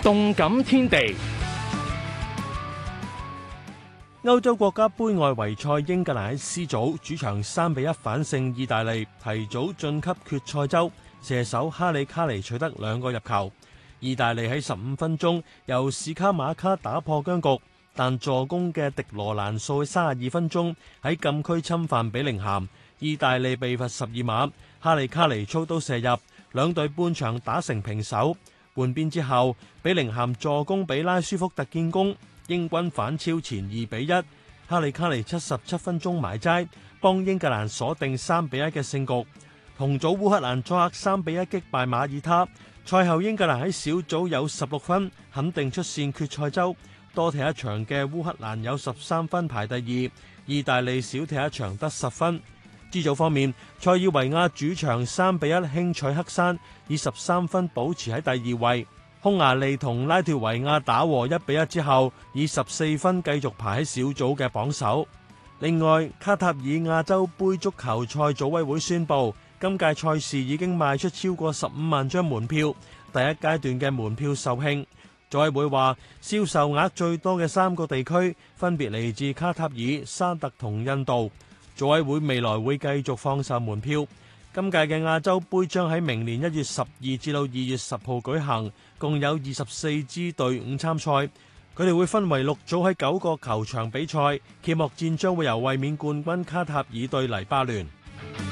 動感天地。歐洲國家盃外圍賽，英格蘭喺 C 組主場3-1反勝意大利，提早晉級決賽周。射手哈利卡尼取得2個入球。意大利喺15分鐘由史卡馬卡打破僵局，但助攻嘅迪羅蘭素32分鐘喺禁區侵犯比寧咸，意大利被罰12碼，哈利卡尼操刀射入，兩隊半場打成平手。換邊之後，比寧咸助攻比拉舒福特建功，英軍反超前2-1。哈利卡尼77分鐘埋齋，幫英格蘭鎖定3-1嘅勝局。同組烏克蘭作客3-1擊敗馬耳他。賽後英格蘭喺小組有16分，肯定出線決賽周。多踢一場嘅烏克蘭有13分排第二，意大利少踢一場得10分。G 組方面，塞爾維亞主場3-1輕取黑山，以13分保持喺第二位。匈牙利同拉脫維亞打和1-1之後，以14分繼續排喺小組嘅榜首。另外，卡塔爾亞洲杯足球賽組委會宣布，今屆賽事已經賣出超過15萬張門票，第一階段嘅門票售罄。組委會話，銷售額最多嘅3個地區分別嚟自卡塔爾、沙特同印度。組委會未來會繼續放售門票。今屆嘅亞洲杯將喺明年1月12至到2月10號舉行，共有24支隊伍參賽。佢哋會分為6組喺9個球場比賽，揭幕戰將會由衛冕冠軍卡塔爾對黎巴嫩。